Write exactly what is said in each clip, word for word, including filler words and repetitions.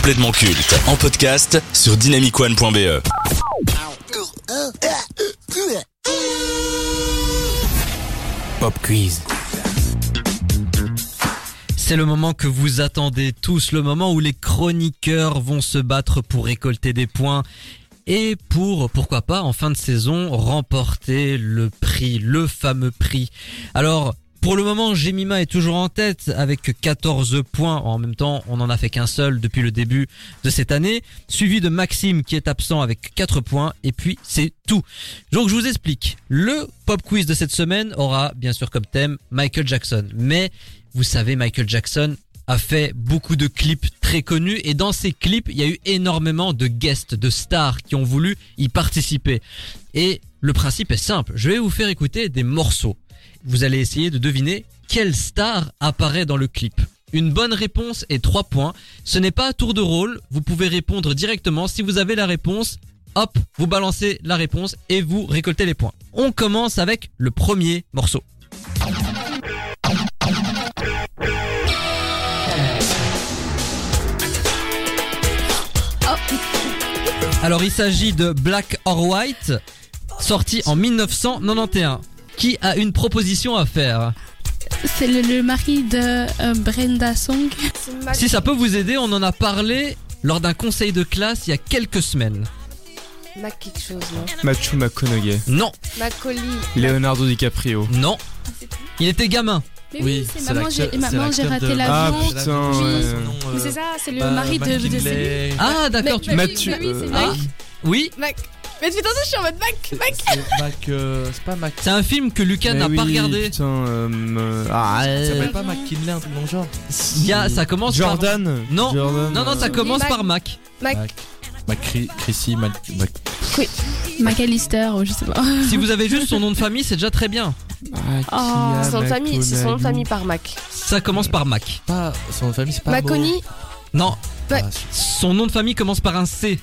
complètement culte en podcast sur dynamic one point b e. Pop quiz. C'est le moment que vous attendez tous, le moment où les chroniqueurs vont se battre pour récolter des points et pour, pourquoi pas, en fin de saison, remporter le prix, le fameux prix. Alors, pour le moment, Jemima est toujours en tête avec quatorze points. En même temps, on n'en a fait qu'un seul depuis le début de cette année. Suivi de Maxime qui est absent avec quatre points. Et puis, c'est tout. Donc, je vous explique. Le pop quiz de cette semaine aura, bien sûr, comme thème Michael Jackson. Mais, vous savez, Michael Jackson a fait beaucoup de clips très connus. Et dans ces clips, il y a eu énormément de guests, de stars qui ont voulu y participer. Et le principe est simple. Je vais vous faire écouter des morceaux. Vous allez essayer de deviner quelle star apparaît dans le clip. Une bonne réponse est trois points. Ce n'est pas à tour de rôle. Vous pouvez répondre directement. Si vous avez la réponse, hop, vous balancez la réponse et vous récoltez les points. On commence avec le premier morceau. Alors il s'agit de Black or White, sorti en dix-neuf cent quatre-vingt-onze. Qui a une proposition à faire? C'est le, le mari de euh, Brenda Song. Si ça peut vous aider, on en a parlé lors d'un conseil de classe il y a quelques semaines. Mac quelque chose, non? Matthew McConaughey. Non. Macaulay. Leonardo DiCaprio. Non. Il était gamin. Mais oui, oui c'est, c'est maman, j'ai, maman j'ai raté de... l'avion. Ah putain, oui. ouais. euh... Mais c'est ça, c'est le bah, mari de, de Céline. Ah d'accord, mais, tu Mathieu. Oui, euh... ah. Oui. Mac. Mais depuis tantôt je suis en mode Mac, Mac. C'est Mac, euh, c'est pas Mac. C'est un film que Lucas mais n'a oui, pas regardé. Putain, euh, ah, ça s'appelle pas McKinley, un truc dans le genre. Il y a, ça commence Jordan. par... Non, Jordan. non, non, ça commence Mac. par Mac. Mac. Mac. Mac. Chrissy, Mac. Mac. Oui. McAllister, je sais pas. Si vous avez juste son nom de famille, c'est déjà très bien. Oh, son nom de famille, c'est son nom de famille par Mac. Ça commence par Mac. Pas son nom de famille, c'est pas Maconi. Non. Mac. Son nom de famille commence par un C.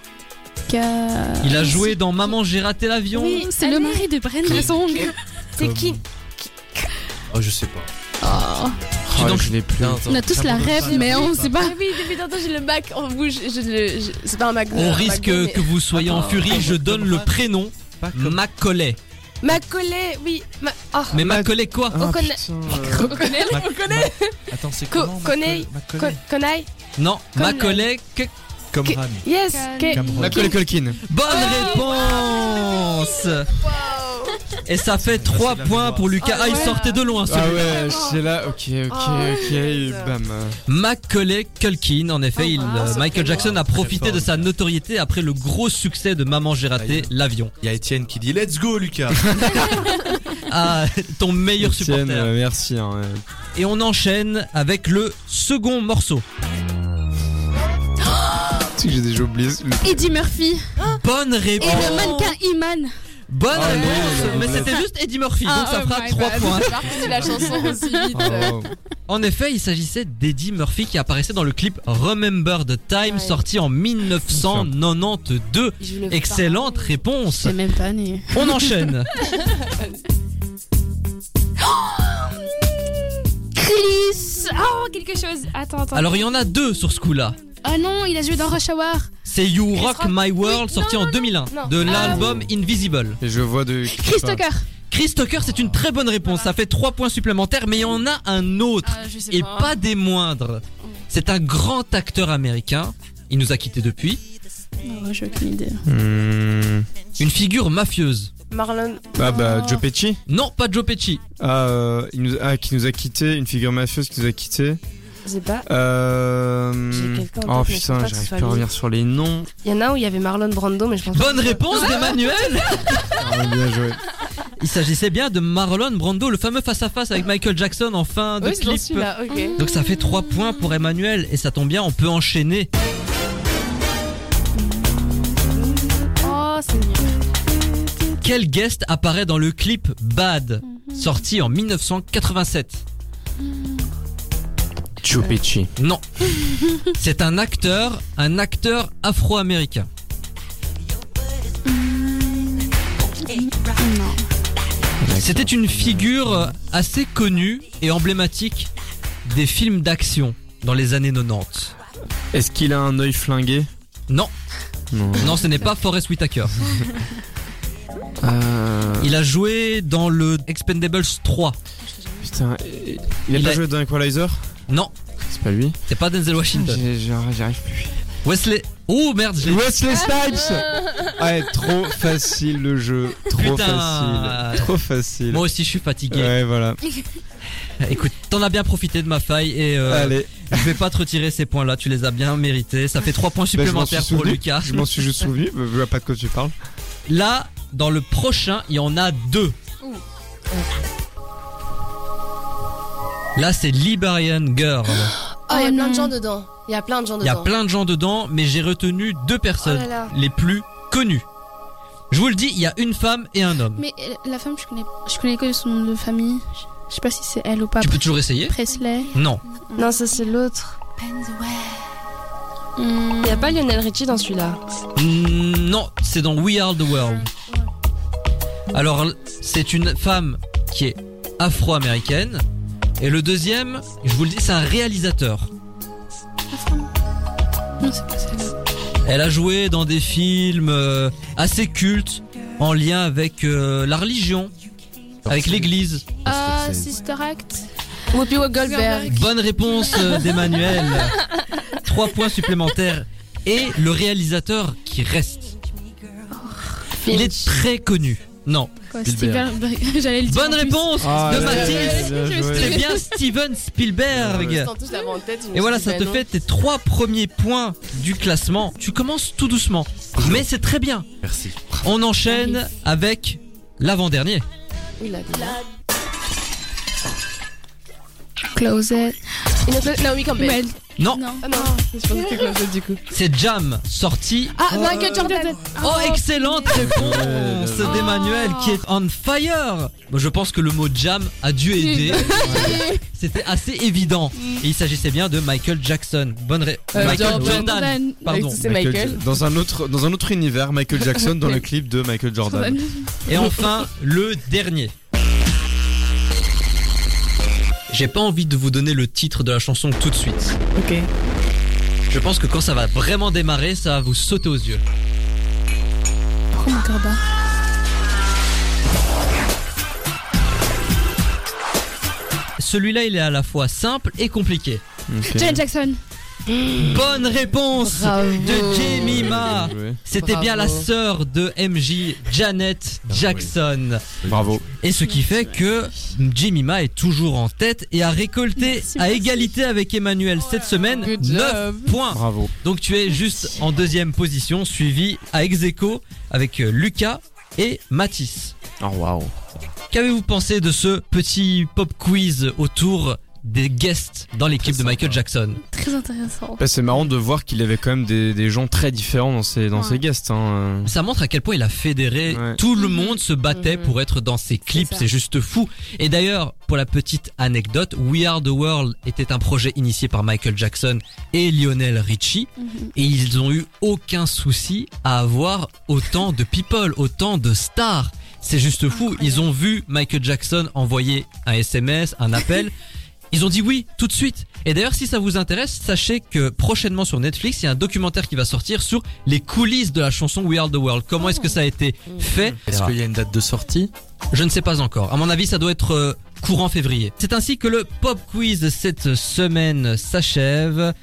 Il a joué dans Maman j'ai raté l'avion. Oui, c'est Allez. le mari de Brenda Song. C'est qui? Oh, je sais pas. Oh. Oh, donc je l'ai plus. On a tous la rêve, mais on sait pas. Oui, depuis tantôt j'ai le Mac en bouche. Je, je, je, c'est pas un Mac. Au risque Mac, mais... que vous soyez en furie, je donne le prénom Macaulay. Macaulay, oui. Ma... Oh. Mais Macaulay quoi? Ah, On connaît. euh... On connaît. On connaît. Attends, c'est comment? Connaît. Connaît. Non, Macaulay. Comme Rami. Yes. Macaulay Culkin. Bonne réponse. Et ça fait trois points pour Lucas. Ah, il sortait de loin celui-là. Ah ouais, c'est là. Ok, ok, ok. Bam. Macaulay Culkin, en effet, il, euh, Michael Jackson a profité de sa notoriété après le gros succès de Maman j'ai raté l'avion. Il y a Étienne qui dit let's go Lucas. Ah, ton meilleur Étienne, supporter. Euh, merci. Hein, ouais. Et on enchaîne avec le second morceau. J'ai déjà oublié. Eddie Murphy. Bonne réponse. Et le mannequin Iman. Bonne oh, réponse. non, mais non, c'était juste Eddie Murphy, ah, donc ça oh fera trois points. J'ai pas reconnu la chanson aussi vite. Oh. En effet, il s'agissait d'Eddie Murphy qui apparaissait dans le clip Remember the Time, ouais. sorti en dix-neuf cent quatre-vingt-douze. Excellente pas. réponse. C'est même pas né. On enchaîne. Chris. Oh, quelque chose. Attends, attends. Alors il y en a deux sur ce coup-là. Ah non, il a joué dans Rush Hour. C'est You Rock, Rock My World, oui, sorti non, en deux mille un, non. de l'album ah, oui. Invisible. Et je vois de... Chris Tucker. Chris Tucker, c'est une très bonne réponse. Ça fait trois points supplémentaires, mais il y en a un autre. Ah, et pas. pas des moindres. C'est un grand acteur américain. Il nous a quittés depuis. Oh, j'ai aucune idée. Mmh. Une figure mafieuse. Marlon. Ah bah Joe Pesci. Non, pas Joe Pesci. Ah, euh, il nous... ah, qui nous a quittés. Une figure mafieuse qui nous a quittés. Je sais pas. Euh... J'ai quelqu'un en tête, oh putain, j'arrive plus à revenir sur les noms. Il y en a un où il y avait Marlon Brando, mais je pense. Bonne réponse d'Emmanuel. Ah, bien joué. Il s'agissait bien de Marlon Brando, le fameux face-à-face avec Michael Jackson en fin de oui, clip. Okay. Donc ça fait trois points pour Emmanuel et ça tombe bien, on peut enchaîner. Oh, c'est mieux. Quel guest apparaît dans le clip Bad, sorti en dix-neuf cent quatre-vingt-sept? Joe Pesci. Non. C'est un acteur, un acteur afro-américain. Non. C'était une figure assez connue et emblématique des films d'action dans les années quatre-vingt-dix. Est-ce qu'il a un œil flingué? Non, Non. non, ce n'est pas Forest Whitaker. Euh... Il a joué dans le Expendables trois. Putain, il a Il pas a- joué dans Equalizer? Non, C'est pas lui. c'est pas Denzel Washington. J'ai- j'ai- J'arrive plus. Wesley. Oh merde, j'ai. Wesley Snipes. Ouais, trop facile le jeu. Trop Putain. facile. Trop facile. Moi aussi, je suis fatigué. Ouais, voilà. Écoute, t'en as bien profité de ma faille et euh, Allez. je vais pas te retirer ces points-là. Tu les as bien mérités. Ça fait trois points Bah, je m'en supplémentaires suis pour souvenu. Lucas. Je m'en suis juste souvenu. Je vois pas de quoi tu parles. Là, dans le prochain, il y en a deux. Là, c'est Liberian Girl. Oh, il y a Oh plein de non. gens dedans. Il y a plein de gens Il y a dedans. plein de gens dedans, mais j'ai retenu deux personnes Oh là là. les plus connues. Je vous le dis, il y a une femme et un homme. Mais euh, la femme, je connais, je connais que son nom de famille. Je, je sais pas si c'est elle ou pas. Tu peux toujours essayer? Presley. Non. Non, ça c'est l'autre. Hmm. Il y a pas Lionel Richie dans celui-là. Mm, Non, c'est dans We Are the World. Alors, c'est une femme qui est afro-américaine. Et le deuxième, je vous le dis, c'est un réalisateur. Non, c'est pas celle-là. Elle a joué dans des films euh, assez cultes en lien avec euh, la religion, avec l'église. Ah, c'est- Sister Act. Whoopi Goldberg. Bonne réponse euh, d'Emmanuel. Trois points supplémentaires. Et le réalisateur qui reste. Il est très connu. Non. Quoi, Spielberg. Spielberg. J'allais le dire. Bonne en plus. réponse Ah, de ouais, Mathis. bien joué. C'est bien Steven Spielberg. En plus, l'avais en tête, je me Et voilà, suis ça dit, te bah fait tes trois premiers points du classement. Tu commences tout doucement, mais c'est très bien. Merci. On enchaîne avec l'avant-dernier. non. Oui, là, déjà. Closet. Une autre- Naomi Campbell. Ouais. Non, Non. Ah non, je pensais que c'était Closet du coup. c'est Jam, sorti. Ah, Michael Jordan. Oh, excellente réponse Oh. d'Emmanuel qui est on fire. Moi, je pense que le mot Jam a dû aider. C'était assez évident. Et il s'agissait bien de Michael Jackson. Bonne ré... Euh, Michael Jordan. Jordan. Pardon. C'est Michael. Dans un autre, dans un autre univers, Michael Jackson dans le clip de Michael Jordan. Et enfin, le dernier. J'ai pas envie de vous donner le titre de la chanson tout de suite. Ok. Je pense que quand ça va vraiment démarrer, ça va vous sauter aux yeux. Oh my god. Celui-là, il est à la fois simple et compliqué. Ok. Janet Jackson. Bonne réponse Bravo. de Jemima. Bien joué. C'était bien la Bravo. sœur de M J, Janet Jackson. Bravo. Et ce qui fait que Jemima est toujours en tête et a récolté Merci, à merci. égalité avec Emmanuel cette semaine Good neuf job. points. Bravo. Donc tu es juste en deuxième position, suivi à ex-aequo avec euh, Lucas et Mathis. Oh waouh. Qu'avez-vous pensé de ce petit pop quiz autour des guests dans l'équipe de Michael Jackson? Très intéressant. Bah, c'est marrant de voir qu'il y avait quand même des, des gens très différents dans ses, dans Ouais. ses guests. Hein. Ça montre à quel point il a fédéré. Ouais. Tout le monde se battait Mhm. pour être dans ses clips. ça. C'est juste fou. Et d'ailleurs, pour la petite anecdote, We Are the World était un projet initié par Michael Jackson et Lionel Richie. Mhm. Et ils ont eu aucun souci à avoir autant de people, autant de stars. C'est juste fou. Incroyable. Ils ont vu Michael Jackson envoyer un S M S, un appel. Ils ont dit oui tout de suite. Et d'ailleurs, si ça vous intéresse, sachez que prochainement sur Netflix, il y a un documentaire qui va sortir sur les coulisses de la chanson We Are the World. Comment est-ce que ça a été fait? Est-ce qu'il y a une date de sortie? Je ne sais pas encore. À mon avis, ça doit être euh, courant février. C'est ainsi que le pop quiz cette semaine s'achève.